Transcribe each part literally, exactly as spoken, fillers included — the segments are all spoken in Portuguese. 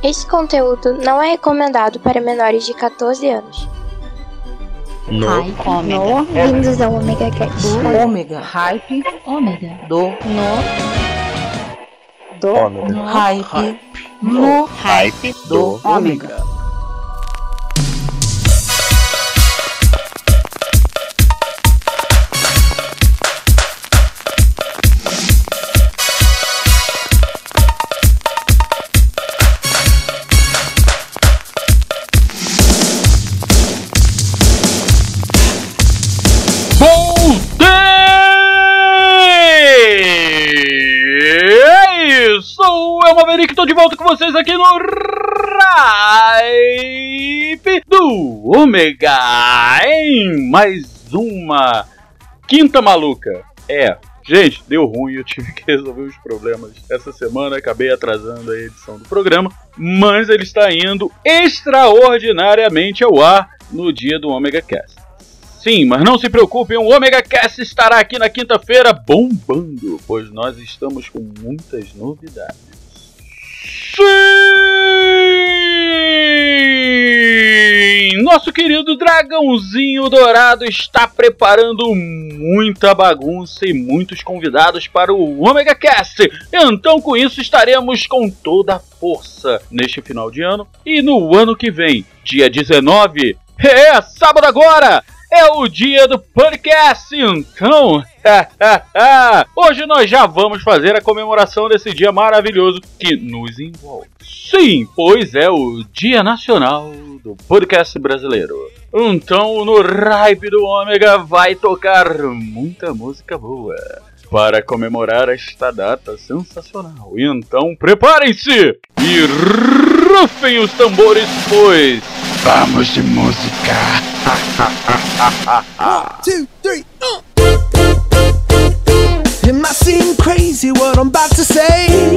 Este conteúdo não é recomendado para menores de catorze anos. No Hype Ômega. No, vindos ao Omega Cast. Ômega. Hype. Ômega. Do. No. Do. Ômega. No. Hype. No. Hype do Ômega. Sou eu, Maverick, tô de volta com vocês aqui no Hype do Ômega, em mais uma quinta maluca. É, gente, deu ruim, eu tive que resolver os problemas essa semana, acabei atrasando a edição do programa, mas ele está indo extraordinariamente ao ar no dia do Omega Cast. Sim, mas não se preocupem, o Omega Cast estará aqui na quinta-feira bombando, pois nós estamos com muitas novidades. Sim! Nosso querido Dragãozinho Dourado está preparando muita bagunça e muitos convidados para o Omega Cast. Então, com isso, estaremos com toda a força neste final de ano e no ano que vem, dia dezenove, é sábado agora! É o dia do podcast, então hoje nós já vamos fazer a comemoração desse dia maravilhoso que nos envolve. Sim, pois é o Dia Nacional do Podcast Brasileiro. Então no Hype do Ômega vai tocar muita música boa para comemorar esta data sensacional. Então preparem-se e rufem os tambores, pois vamos de música. One, two, three, uh. It might seem crazy what I'm about to say.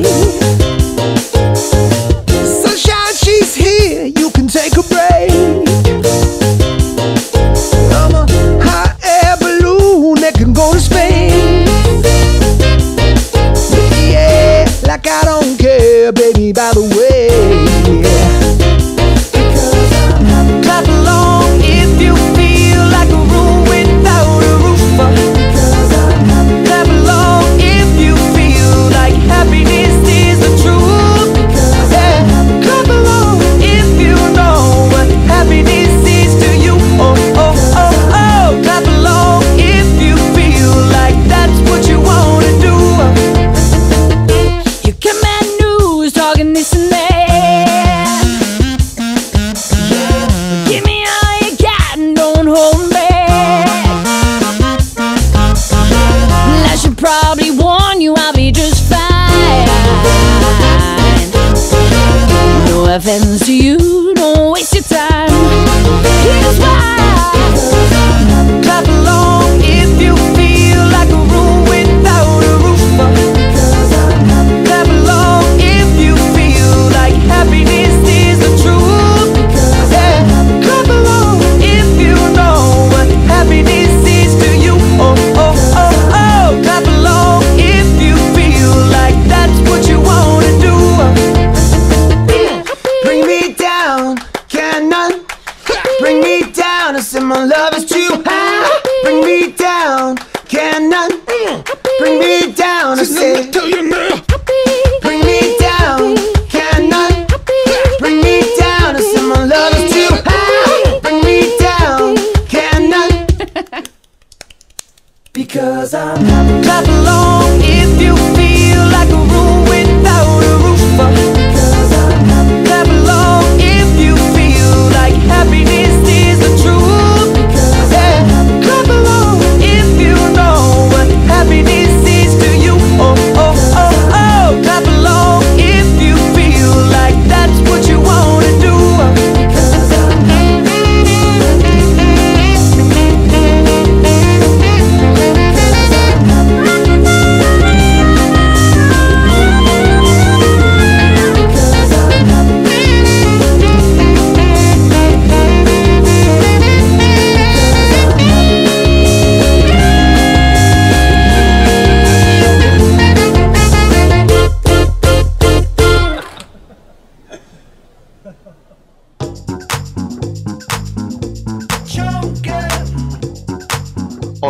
Sunshine, she's here, you can take a break. I'm a hot air balloon that can go to space. Yeah, like I don't care, baby, by the way. Clap along if you feel like a room without a roof. Clap along if you feel like happiness is the truth. Yeah. Clap along if you know what happiness is to you. Oh, oh, oh, oh. Clap along if you feel like that's what you wanna do. You get mad news talking this and that. Probably warn you I'll be just fine. No offense to you, don't waste your time. Here's why. Clap along if you feel like a room without a roof. Clap along if you feel like happiness is the truth. Yeah. Clap along if you know what happiness is to you. Oh, oh, oh, oh. Clap along if you feel like that's what you wanna do. Bring me down.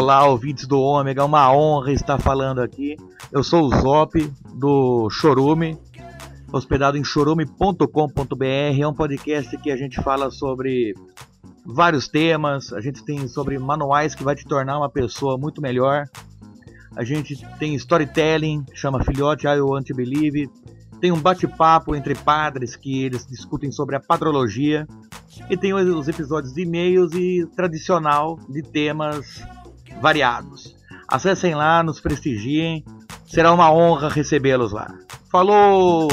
Olá, ouvintes do Ômega, uma honra estar falando aqui. Eu sou o Zop, do Chorume, hospedado em chorume ponto com ponto b r. É um podcast que a gente fala sobre vários temas. A gente tem sobre manuais que vai te tornar uma pessoa muito melhor. A gente tem storytelling, chama Filhote, I Want to Believe. Tem um bate-papo entre padres que eles discutem sobre a padrologia. E tem os episódios de e-mails e tradicional de temas variados. Acessem lá, nos prestigiem. Será uma honra recebê-los lá. Falou!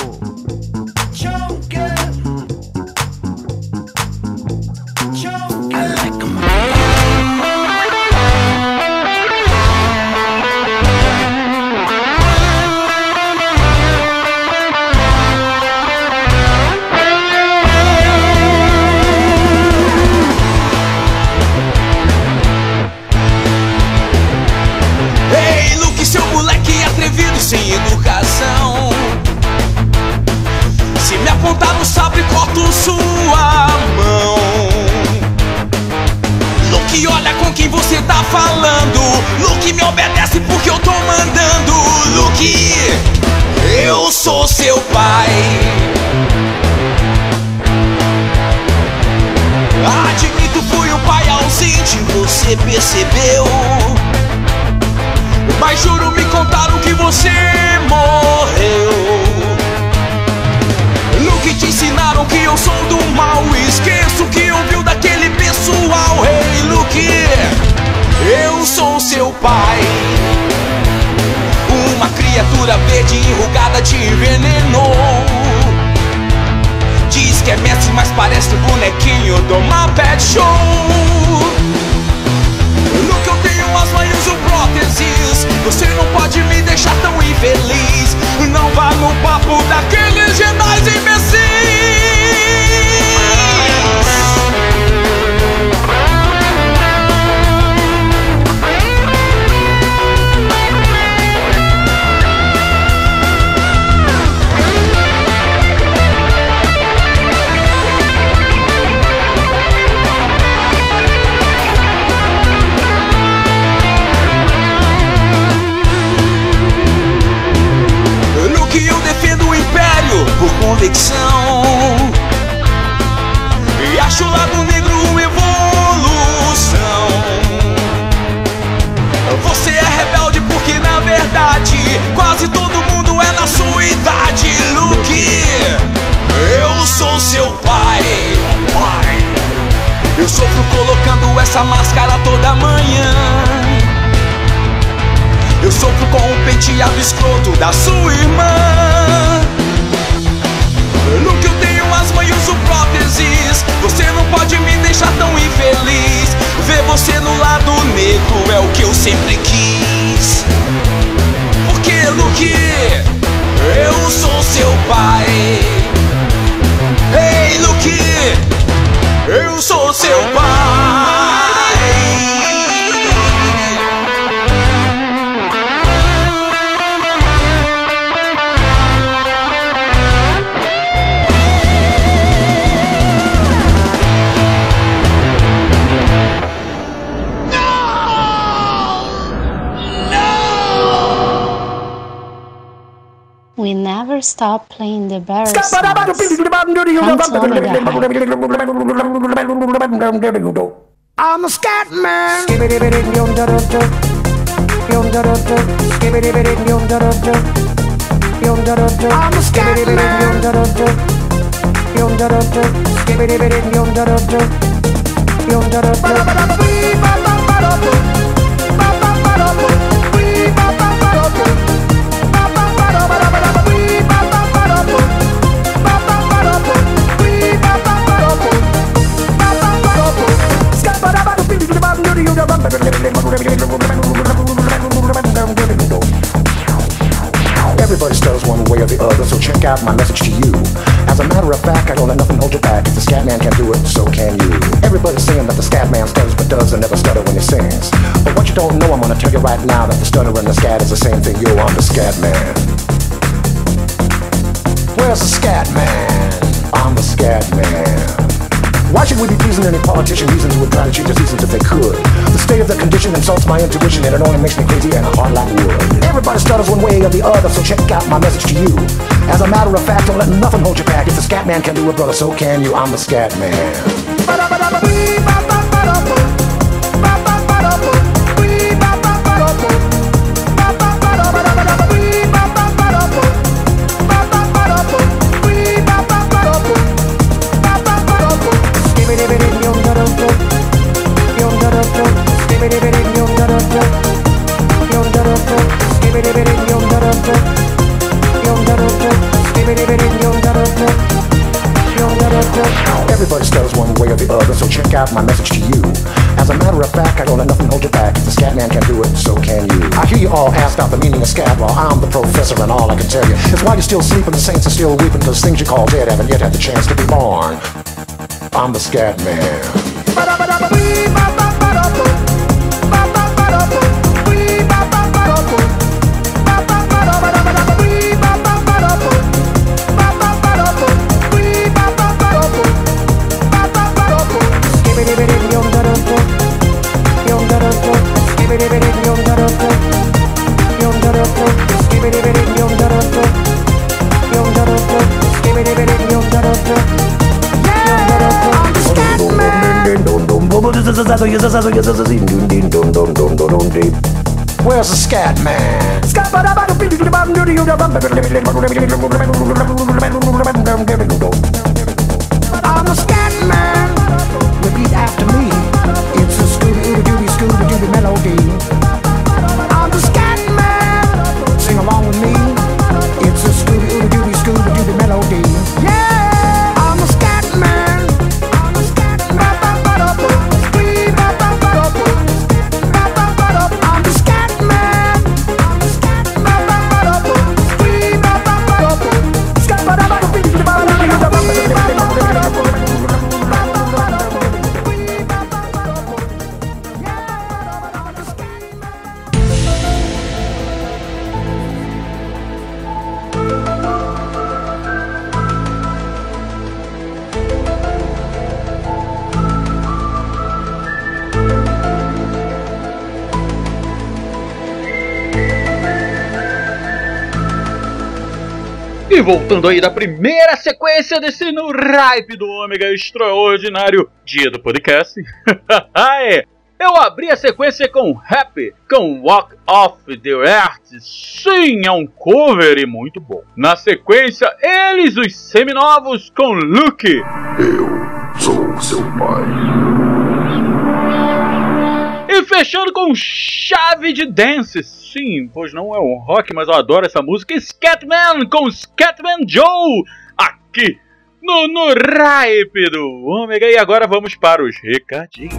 Sem educação, se me apontar no sabre, corto sua mão. Luke, olha com quem você tá falando. Luke, me obedece porque eu tô mandando. Luke, eu sou seu pai. Admito, fui um pai ausente, você percebeu. Mas juro, me contaram que você morreu. Luke, te ensinaram que eu sou do mal. Esqueço que ouviu daquele pessoal. Hey Luke, eu sou seu pai. Uma criatura verde enrugada te envenenou. Diz que é mestre, mas parece um bonequinho do Muppet Show. Luke, eu tenho asma e uso próteses. Você não pode me deixar tão infeliz. Não vá no papo daqueles genais imbecis. Por convicção, e acho o lado negro uma evolução. Você é rebelde porque na verdade quase todo mundo é na sua idade. Luke, eu sou seu pai. Eu sofro colocando essa máscara toda manhã. Eu sofro com o penteado escroto da sua irmã. Luke, eu tenho asma e uso próteses. Você não pode me deixar tão infeliz. Ver você no lado negro é o que eu sempre quis. Porque, Luke, eu sou seu pai. Ei, Luke, eu sou seu pai. We never stop playing the Barry songs. Come to Omega High. I'm a scat man. I'm a scat Everybody stutters one way or the other, so check out my message to you. As a matter of fact, I don't let nothing hold you back. If the scat man can do it, so can you. Everybody's saying that the scat man stutters but does and never stutter when he sings. But what you don't know, I'm gonna tell you right now, that the stutter and the scat is the same thing. Yo, I'm the scat man. Where's the scat man? I'm the scat man. Why should we be pleasing any politician reasons who would try to cheat the seasons if they could? The state of the condition insults my intuition, and it only makes me crazy and hard like wood. Everybody stutters one way or the other, so check out my message to you. As a matter of fact, don't let nothing hold you back. If the scat man can do it, brother, so can you. I'm the scat man. Everybody stutters one way or the other, so check out my message to you. As a matter of fact, I don't let nothing hold you back. If the scat man can do it, so can you. I hear you all ask out the meaning of scat, well, I'm the professor, and all I can tell you is while you're still sleeping, the saints are still weeping, cause things you call dead haven't yet had the chance to be born. I'm the scat man. Where's the scat man? I'm the scat man. Repeat after me. It's a Scooby-Dooby Scooby-Dooby melody. I'm the scat man. Sing along with me. It's a Scooby-Dooby Scooby-Dooby melody. Yeah, I'm the scat man. I'm the scat man. I'm the scat man. I'm the scat E voltando aí da primeira sequência desse No Hype do Ômega extraordinário dia do podcast, eu abri a sequência com Happy, com Walk Off the Earth. Sim, é um cover e muito bom. Na sequência, eles, os seminovos, com Lucky. Eu sou seu pai. E fechando com Chave de Dance. Sim, pois não é um rock, mas eu adoro essa música. Scatman com Scatman Joe. Aqui no, no Hype do Ômega. E agora vamos para os recadinhos.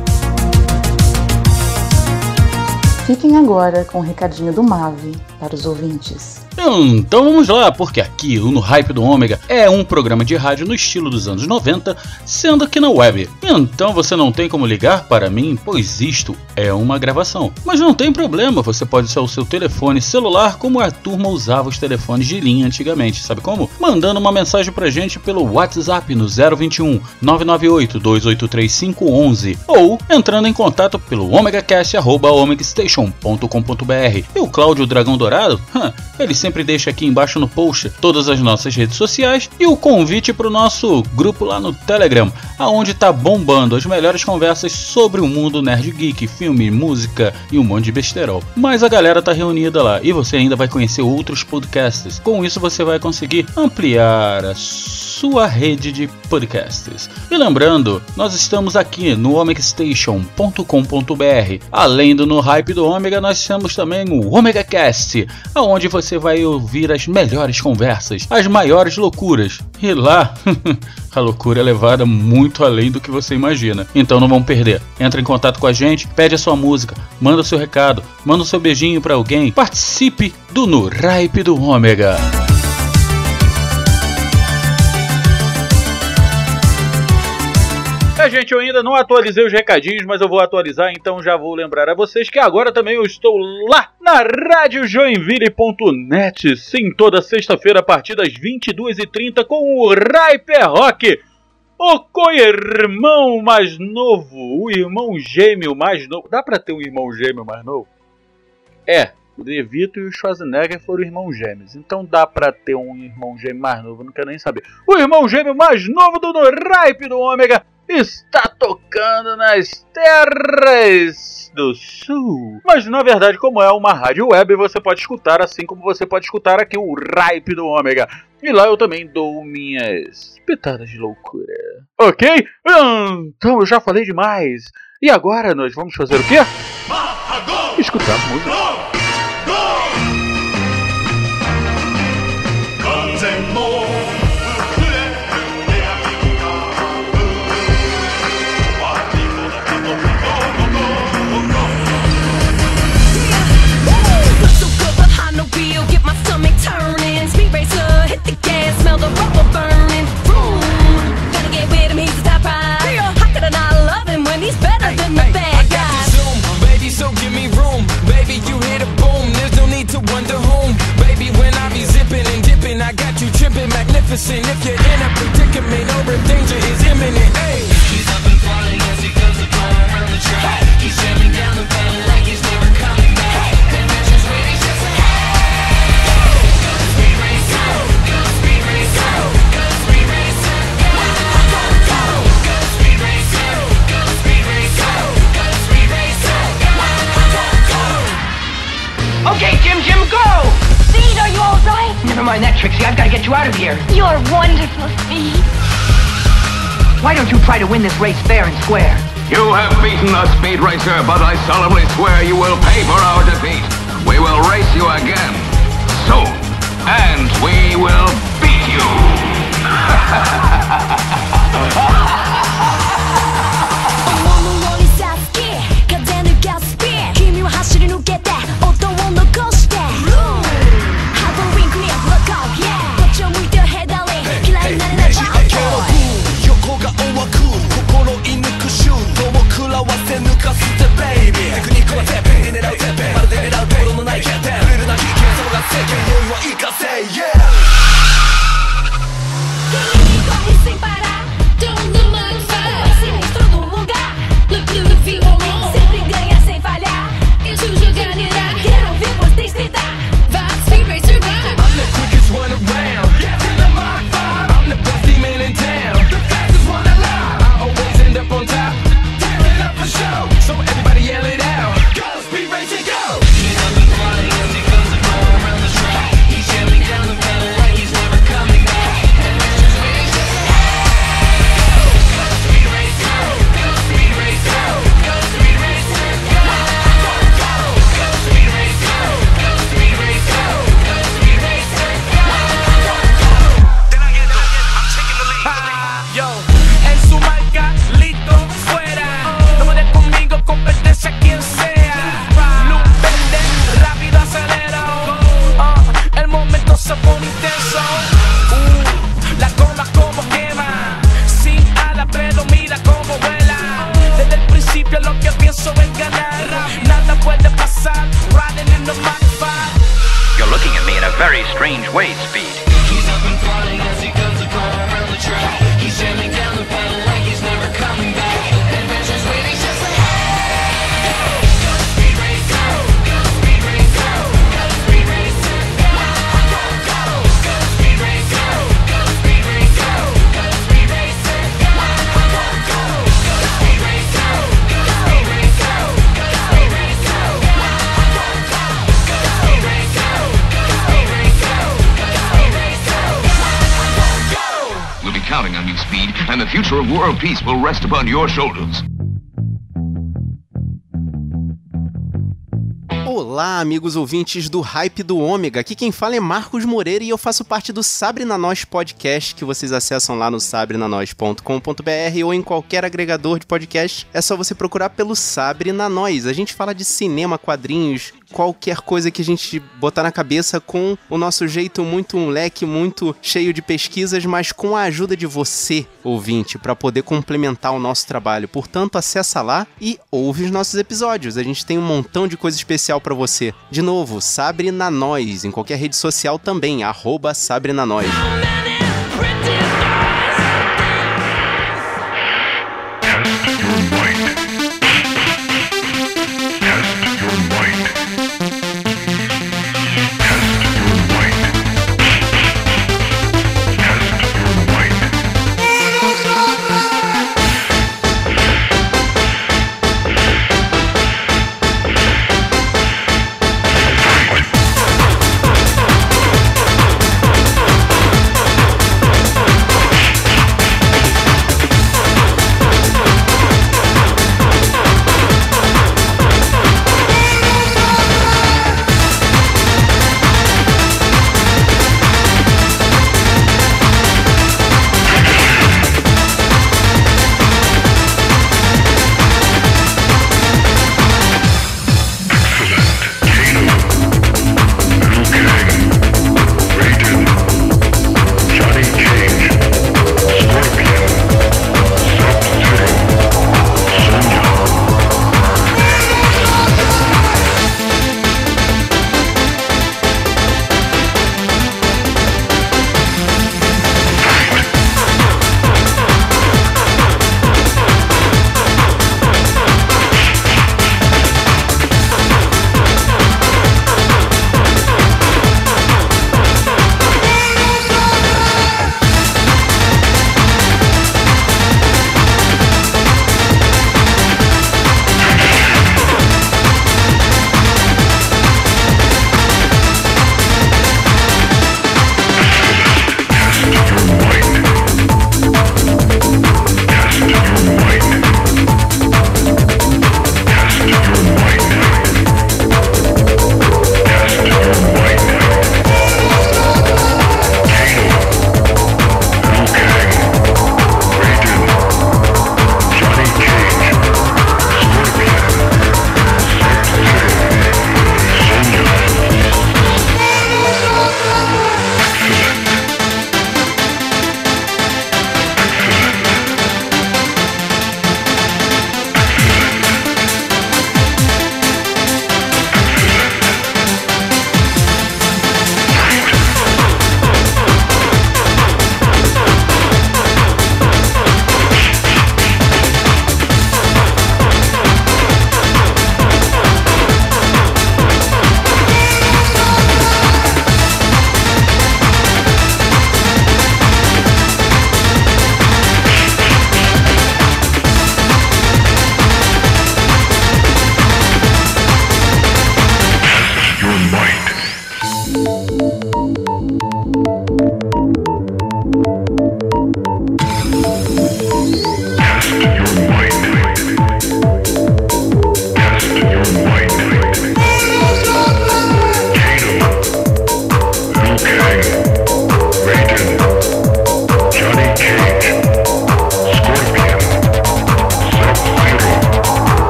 Fiquem agora com o recadinho do Mave para os ouvintes. Então vamos lá, porque aqui o No Hype do Ômega é um programa de rádio no estilo dos anos noventa, sendo que na web. Então você não tem como ligar para mim, pois isto é uma gravação. Mas não tem problema, você pode usar o seu telefone celular como a turma usava os telefones de linha antigamente. Sabe como? Mandando uma mensagem pra gente pelo WhatsApp no zero vinte e um, nove nove oito, dois oito três cinco um um ou entrando em contato pelo omegacast arroba omegastation ponto com ponto br. E o Cláudio Dragão Dourado, hum, ele sempre deixa aqui embaixo no post todas as nossas redes sociais e o convite para o nosso grupo lá no Telegram, aonde tá bombando as melhores conversas sobre o mundo nerd geek, filme, música e um monte de besterol. Mas a galera tá reunida lá e você ainda vai conhecer outros podcasts. Com isso você vai conseguir ampliar a sua rede de podcasts. E lembrando, nós estamos aqui no omegastation ponto com ponto br. Além do No Hype do Ômega, nós temos também o OmegaCast, aonde você vai ouvir as melhores conversas, as maiores loucuras. E lá, a loucura é levada muito além do que você imagina. Então não vamos perder. Entra em contato com a gente, pede a sua música, manda o seu recado, manda o seu beijinho pra alguém. Participe do No Hype do Ômega. É, gente, eu ainda não atualizei os recadinhos, mas eu vou atualizar, então já vou lembrar a vocês que agora também eu estou lá na rádio joinville ponto net, sim, toda sexta-feira a partir das vinte e duas e trinta com o Hyper Rock, o co-irmão mais novo, o irmão gêmeo mais novo. Dá pra ter um irmão gêmeo mais novo? É, o De Vito e o Schwarzenegger foram irmãos gêmeos. Então dá pra ter um irmão gêmeo mais novo, não quero nem saber. O irmão gêmeo mais novo do No Hype do Ômega está tocando nas terras do Sul. Mas na verdade, como é uma rádio web, você pode escutar assim como você pode escutar aqui o Hype do Ômega. E lá eu também dou minhas pitadas de loucura. Ok? Então eu já falei demais. E agora nós vamos fazer o quê? Escutar música. Hit the gas, smell the rubber burning. Vroom. Gotta get with him, he's the top prize. How could I not love him when he's better hey, than hey, the bad guys? I got the zoom, baby, so give me room. Baby, you hit a boom, there's no need to wonder whom. Baby, when I be zipping and dipping, I got you tripping magnificent. If you're in a predicament or if danger is imminent, hey. He's up and falling as he goes to go around the track. He's jamming down the pedal like he's never coming back. And measures when he's just like, okay, Jim, Jim, go! Speed, are you all right? Never mind that, Trixie. I've got to get you out of here. You're wonderful, Speed. Why don't you try to win this race fair and square? You have beaten us, Speed Racer, but I solemnly swear you will pay for our defeat. We will race you again, soon, and we will beat you. And the future of world peace will rest upon your shoulders. Olá, amigos ouvintes do Hype do Ômega. Aqui quem fala é Marcos Moreira e eu faço parte do Sabre na Nós Podcast, que vocês acessam lá no sabre na nós ponto com ponto b r ou em qualquer agregador de podcast. É só você procurar pelo Sabre na Nós. A gente fala de cinema, quadrinhos, qualquer coisa que a gente botar na cabeça com o nosso jeito muito um leque, muito cheio de pesquisas, mas com a ajuda de você, ouvinte, para poder complementar o nosso trabalho. Portanto, acessa lá e ouve os nossos episódios. A gente tem um montão de coisa especial para você. De novo, Sabre na Nós, em qualquer rede social também, arroba Sabre na Nós.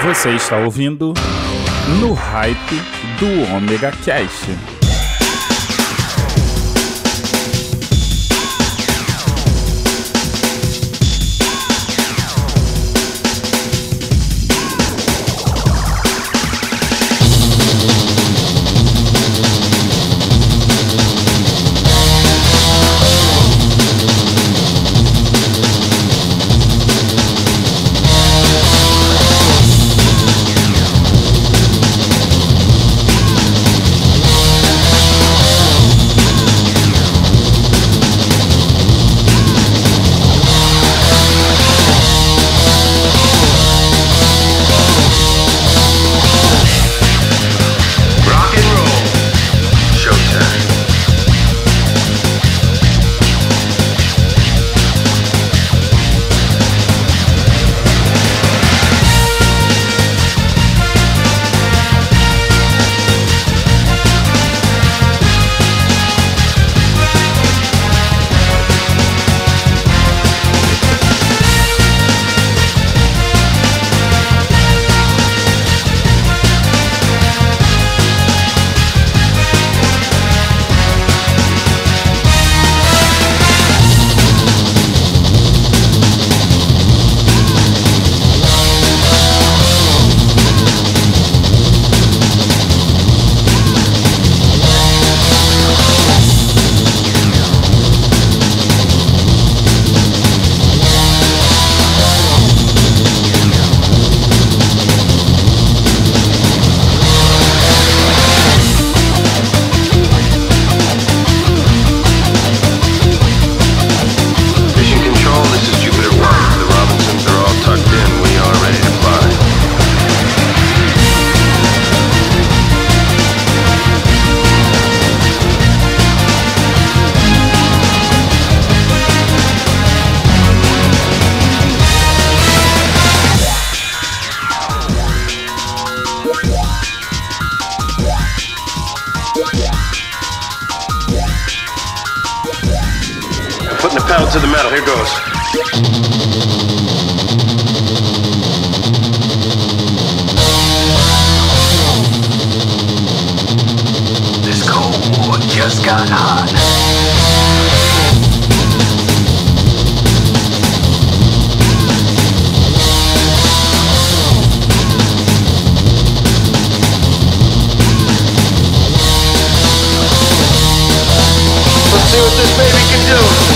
Você está ouvindo No Hype do Omega Cast. Putting the pedal to the metal. Here goes. This Cold War just got hot. Let's see what this baby can do.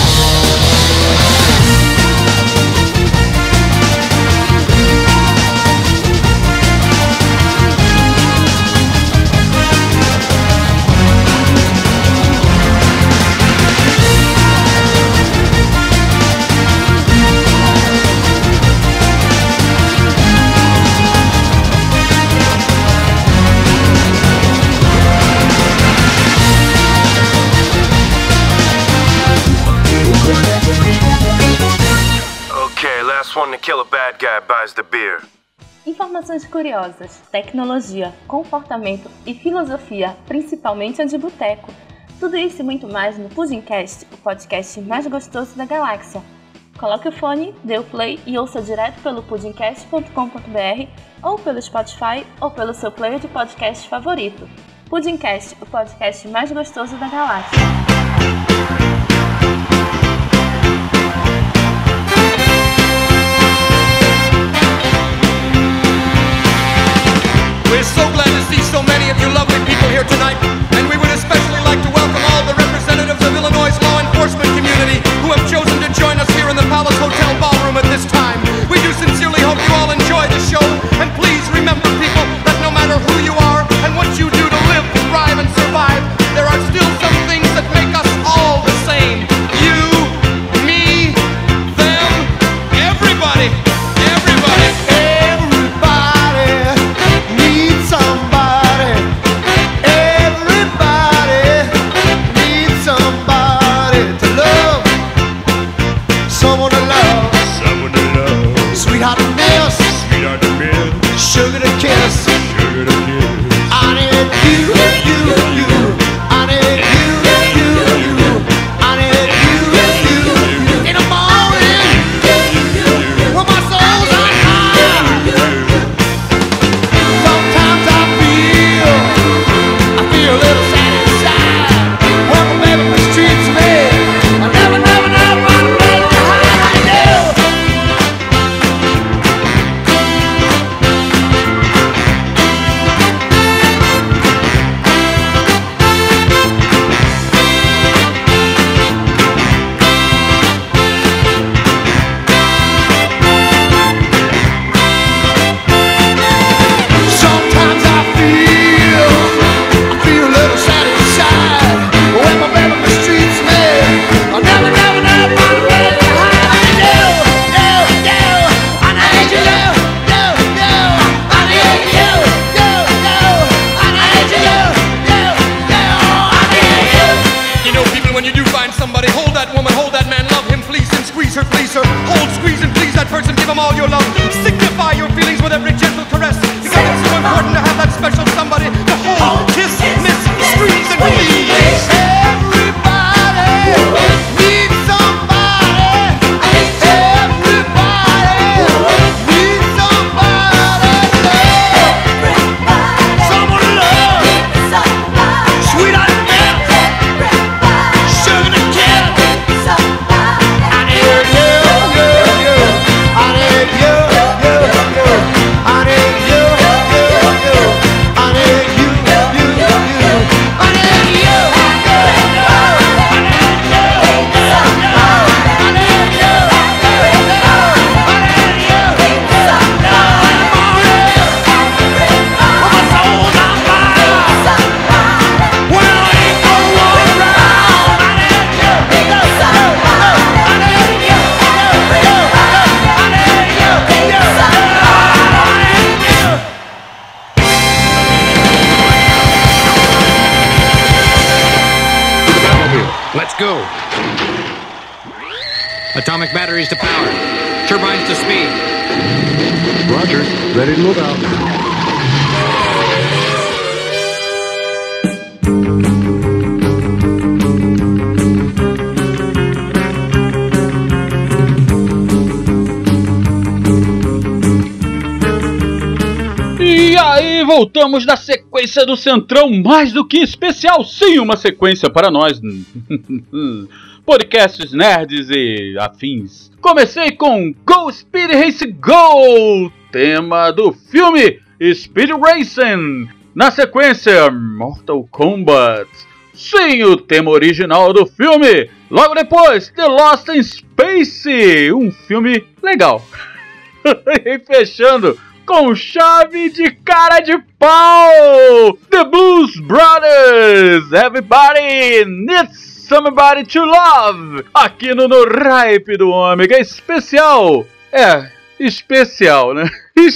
One to kill a bad guy buys the beer. Informações curiosas, tecnologia, comportamento e filosofia, principalmente a de boteco. Tudo isso e muito mais no Pudimcast, o podcast mais gostoso da galáxia. Coloque o fone, dê o play e ouça direto pelo pudimcast ponto com ponto b r ou pelo Spotify ou pelo seu player de podcast favorito. Pudimcast, o podcast mais gostoso da galáxia. We're so glad to see so many of you lovely people here tonight, and we would especially like to welcome all the representatives of Illinois' law enforcement community who have chosen to join us here in the Palace Hotel Ballroom at this time. We do sincerely hope you all enjoy the show, and please remember, people, that no matter who you are and what you do to live, thrive, and survive, there are still some things that make us all the same. Atomic batteries to power. Turbines to speed. Roger. Ready to move out. E aí, voltamos da sequência do Centrão mais do que especial. Sim, uma sequência para nós. Podcasts nerds e afins. Comecei com Go Speed Race Go, tema do filme Speed Racing. Na sequência, Mortal Kombat. Sim, o tema original do filme. Logo depois, The Lost in Space, um filme legal. E fechando com chave de cara de pau, The Blues Brothers, Everybody Needs Somebody to Love, aqui no, no Hype do Ômega, especial, é, especial, né?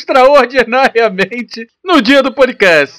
Extraordinariamente no dia do podcast.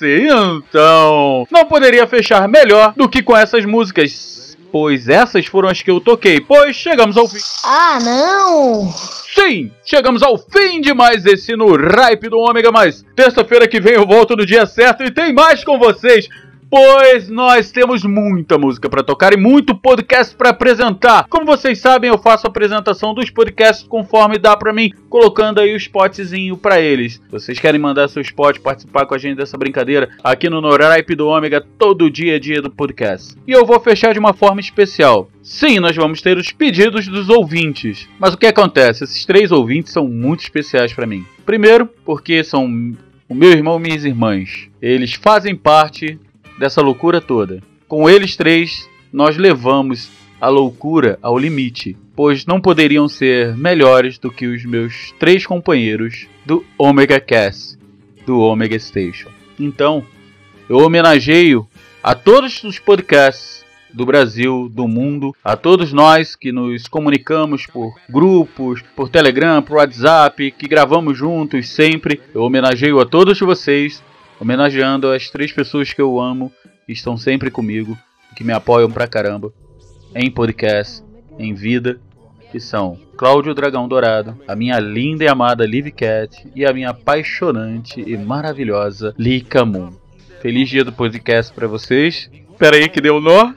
Então, não poderia fechar melhor do que com essas músicas, pois essas foram as que eu toquei, pois chegamos ao fim. Ah, não! Sim, chegamos ao fim de mais esse no Hype do Ômega, mas terça-feira que vem eu volto no dia certo e tem mais com vocês, pois nós temos muita música para tocar e muito podcast para apresentar. Como vocês sabem, eu faço a apresentação dos podcasts conforme dá para mim, colocando aí o spotzinho para eles. Vocês querem mandar seu spot, participar com a gente dessa brincadeira aqui no Hype do Ômega, todo dia é dia do podcast. E eu vou fechar de uma forma especial. Sim, nós vamos ter os pedidos dos ouvintes. Mas o que acontece? Esses três ouvintes são muito especiais para mim. Primeiro, porque são o meu irmão e minhas irmãs. Eles fazem parte dessa loucura toda. Com eles três, nós levamos a loucura ao limite, pois não poderiam ser melhores do que os meus três companheiros do Omega Cast, do Omega Station. Então, eu homenageio a todos os podcasts do Brasil, do mundo, a todos nós que nos comunicamos por grupos, por Telegram, por WhatsApp, que gravamos juntos sempre. Eu homenageio a todos vocês, homenageando as três pessoas que eu amo, que estão sempre comigo, que me apoiam pra caramba, em podcast, em vida, que são Cláudio Dragão Dourado, a minha linda e amada Liv Cat e a minha apaixonante e maravilhosa Lika Moon. Feliz dia do podcast pra vocês. Pera aí que deu nó.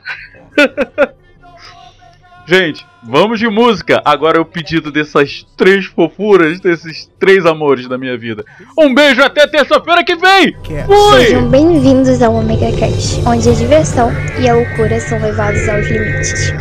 Gente, vamos de música. Agora é o pedido dessas três fofuras, desses três amores da minha vida. Um beijo, até terça-feira que vem. Fui! Sejam bem-vindos ao Omega Cast, onde a diversão e a loucura são levados aos limites.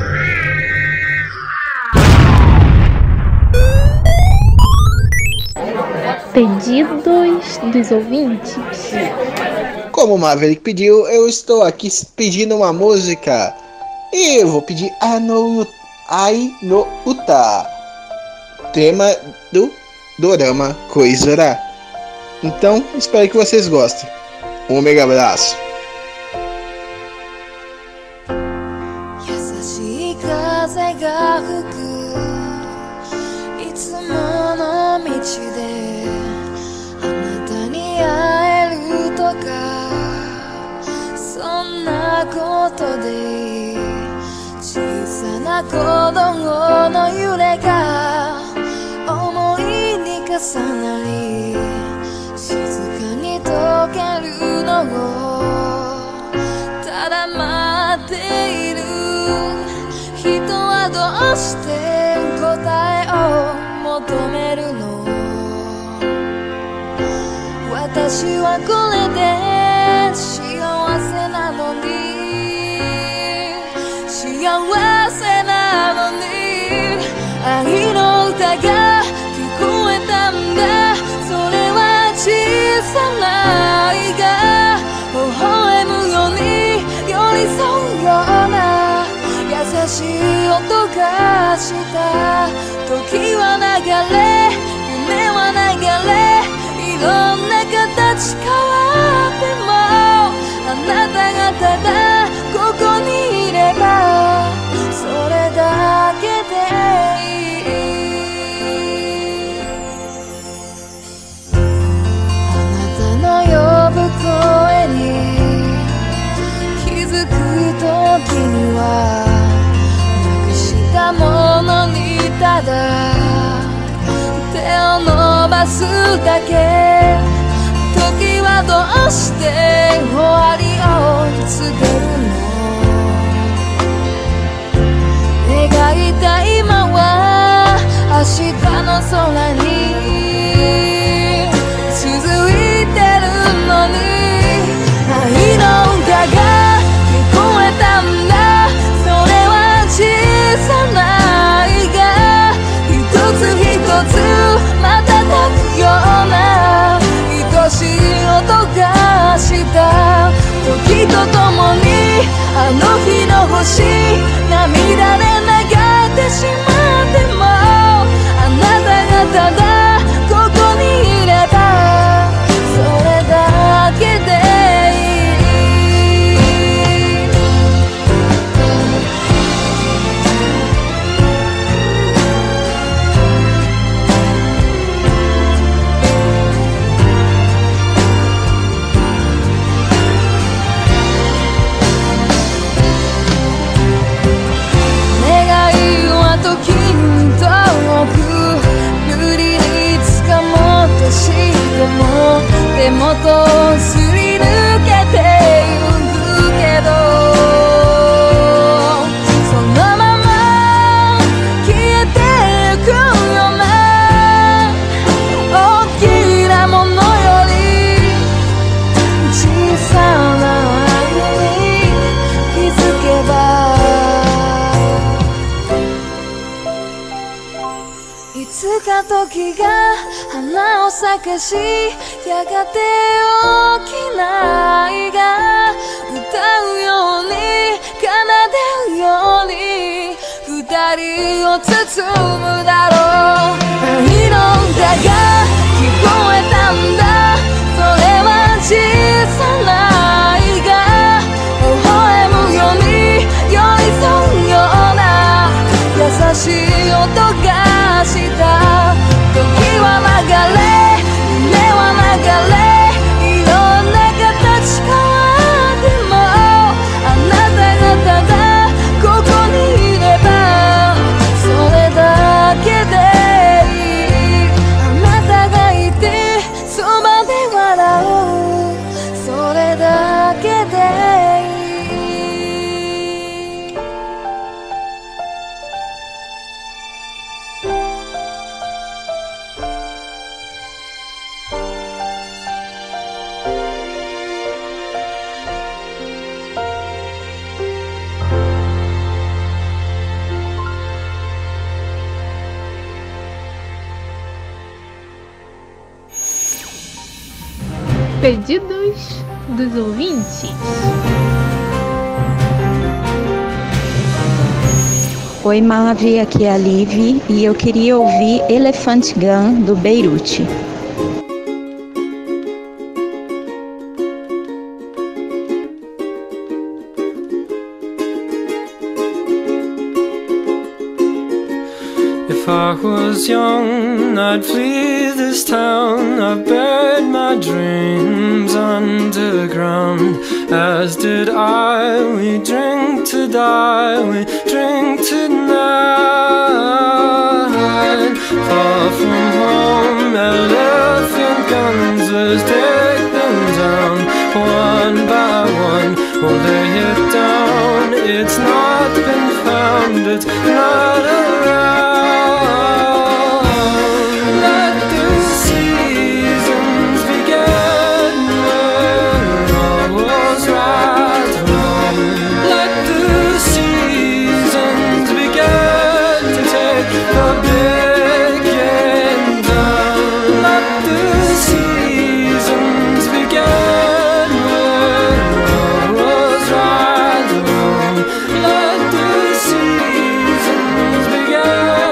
Pedidos dos ouvintes. Como o Maverick pediu, eu estou aqui pedindo uma música. E eu vou pedir Ano Ai no Uta, tema do dorama Koizora. Então, espero que vocês gostem. Um mega abraço. 「子供の揺れが思いに重なり」「静かに溶けるのをただ待っている」「人はどうして答えを求めるの」「私はこれで幸せなのに」「幸せなのに」愛の歌が聞こえたんだそれは小さな愛が微笑むように寄り添うような優しい音がした時は流れ夢は流れいろんな形変わってもあなたがただここにいればそれだけでいい呼ぶ声に気づく時にはなくしたものに頼ただ手を伸ばすだけ時はどうして終わりを告げるの描いた今は明日の空に続いてるのに愛の歌が聞こえたんだそれは小さな愛が一つ一つ瞬くような愛しい音がした時とともにあの日の星涙で流れてしまってもあなたがただここにいればそれだけで時に遠く無理に掴もうとしても手元をすり抜けてゆくけどそのまま消えてゆくような大きなものより小さな愛に気づけばいつか時が花を咲かしやがて大きな愛が歌うように奏でるように二人を包むだろう愛の歌が聞こえたんだそれは小さな愛が微笑むように寄り添うような優しい音がした時は流れ夢は流れいろんな形変わってもあなたがただここにいればそれだけでいいあなたがいてそばで笑うそれだけでいい Pedidos dos ouvintes. Oi Mavi, aqui é a Liv e eu queria ouvir Elephant Gun do Beirute. If I was young, I'd flee this town. I've buried my dreams underground. As did I, we drink to die, we drink tonight. Far from home, elephant guns, let's take them down. One by one, we'll lay it down. It's not been found, it's not around. Let the seasons begin.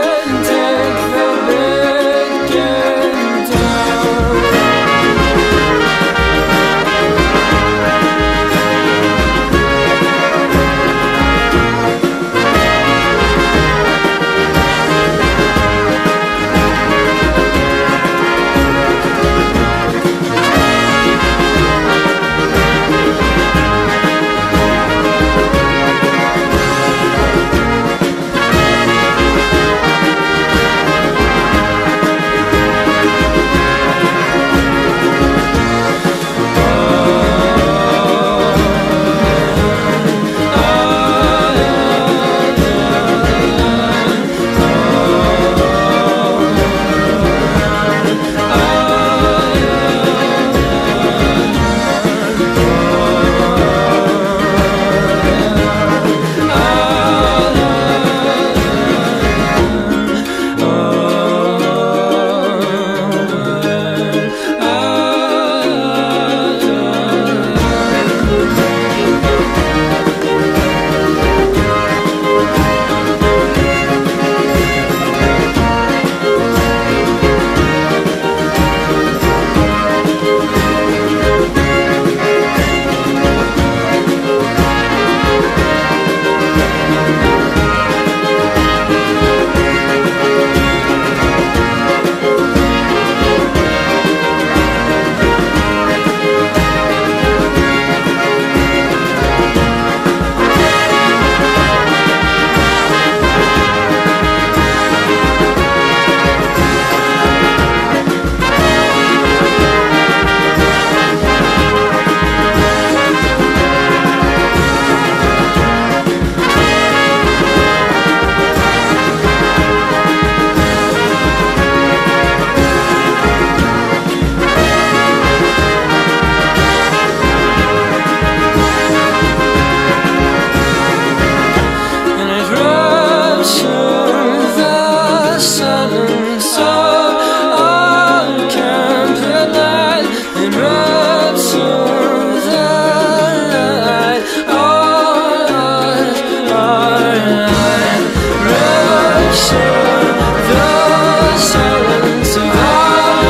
in rapture. Alright, alright, alright. Rapture, the silence of our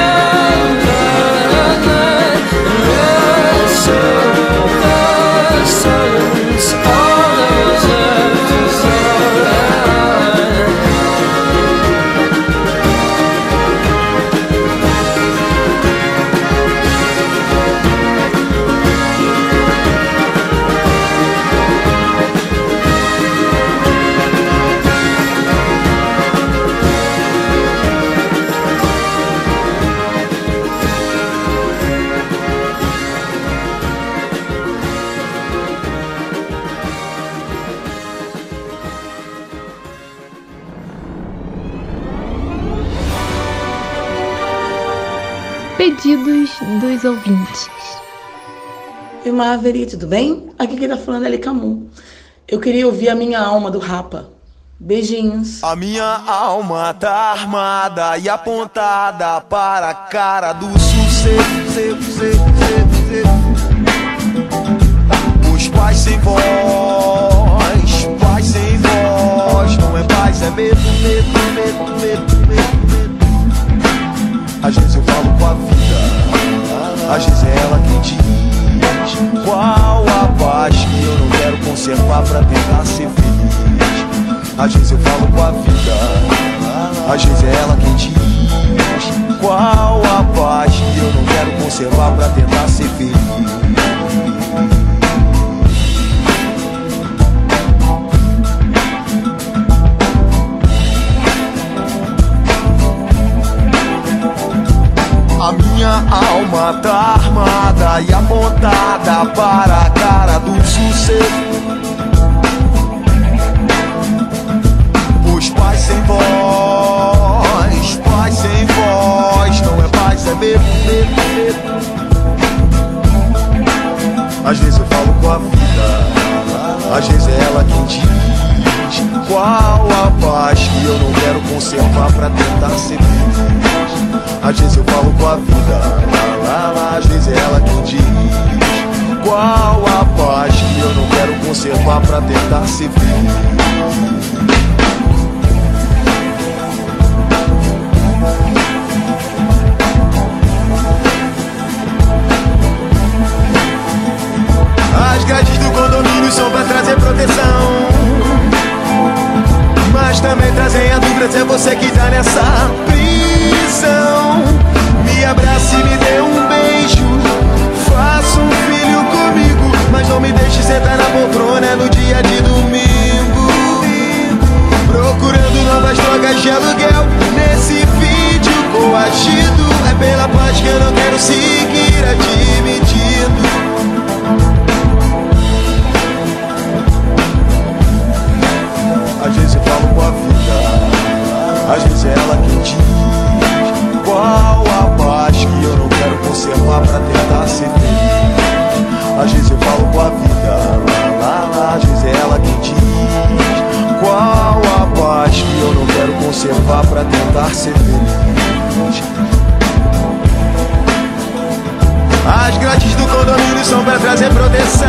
candlelight. Rapture, the silence, all that was left is alright. Pedidos dos ouvintes. E Maverick, tudo bem? Aqui quem tá falando é Eli Camu. Eu queria ouvir A Minha Alma, do Rapa. Beijinhos. A minha alma tá armada e apontada para a cara do sucesso. Os pais sem voz, pais sem voz. Não é paz, é medo, medo, medo, medo, medo, medo. Às vezes eu falo com a vida, às vezes é ela quem diz qual a paz que eu não quero conservar pra tentar ser feliz. Às vezes eu falo com a vida, às vezes é ela quem diz qual a paz que eu não quero conservar pra tentar ser feliz. A minha alma tá armada e apontada para a cara do sucesso. Os pais sem voz, pais sem voz. Não é paz, é medo, medo, medo. Às vezes eu falo com a vida, às vezes é ela quem diz qual a paz que eu não quero conservar pra tentar ser feliz. Às vezes eu falo com a vida, lá, lá, lá. Às vezes é ela quem diz qual a paz que eu não quero conservar pra tentar ser feliz. As grades do condomínio são pra trazer proteção, mas também trazem a dúvida se é você que tá nessa prisão. Me abrace e me dê um beijo, faça um filho comigo, mas não me deixe sentar na poltrona no dia de domingo, procurando novas drogas de aluguel nesse vídeo coagido. É pela paz que eu não quero seguir admitindo. Às vezes eu falo com a vida, às vezes é ela quem diz qual a paz que eu não quero conservar pra tentar ser feliz. Às vezes eu falo com a vida, lá, lá, lá. Às vezes é ela quem diz qual a paz que eu não quero conservar pra tentar ser feliz. As grades do condomínio são pra trazer proteção,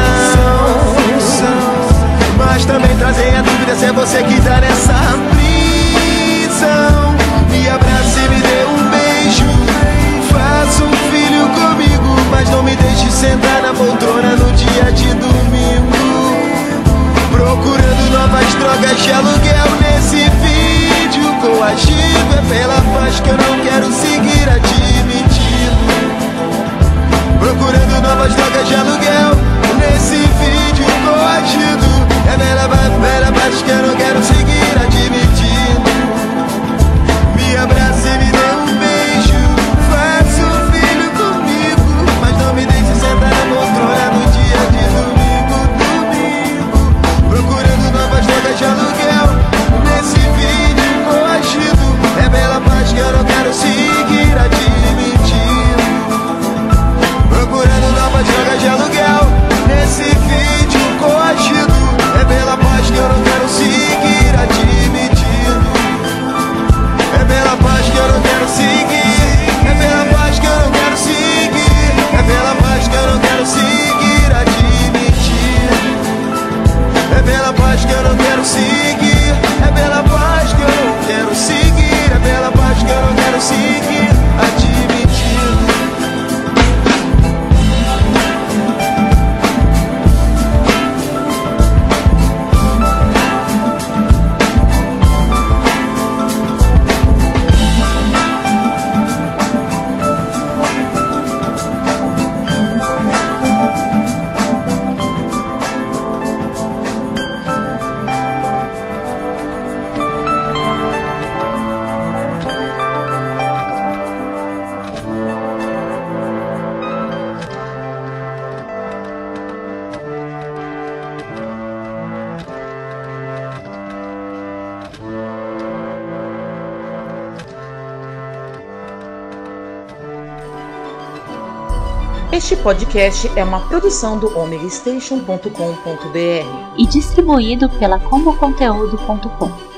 mas também trazem a dúvida se é você que tá nessa prisão. Me abrace e me dê um beijo, faça um filho comigo, mas não me deixe sentar na poltrona no dia de domingo, procurando novas drogas de aluguel nesse vídeo coagido. É pela paz que eu não quero seguir admitindo, procurando novas drogas de aluguel nesse vídeo coagido. É bela, bela paz que eu não quero seguir admitindo. Me abrace e me dê Este podcast é uma produção do omega station ponto com ponto b r e distribuído pela como conteúdo ponto com.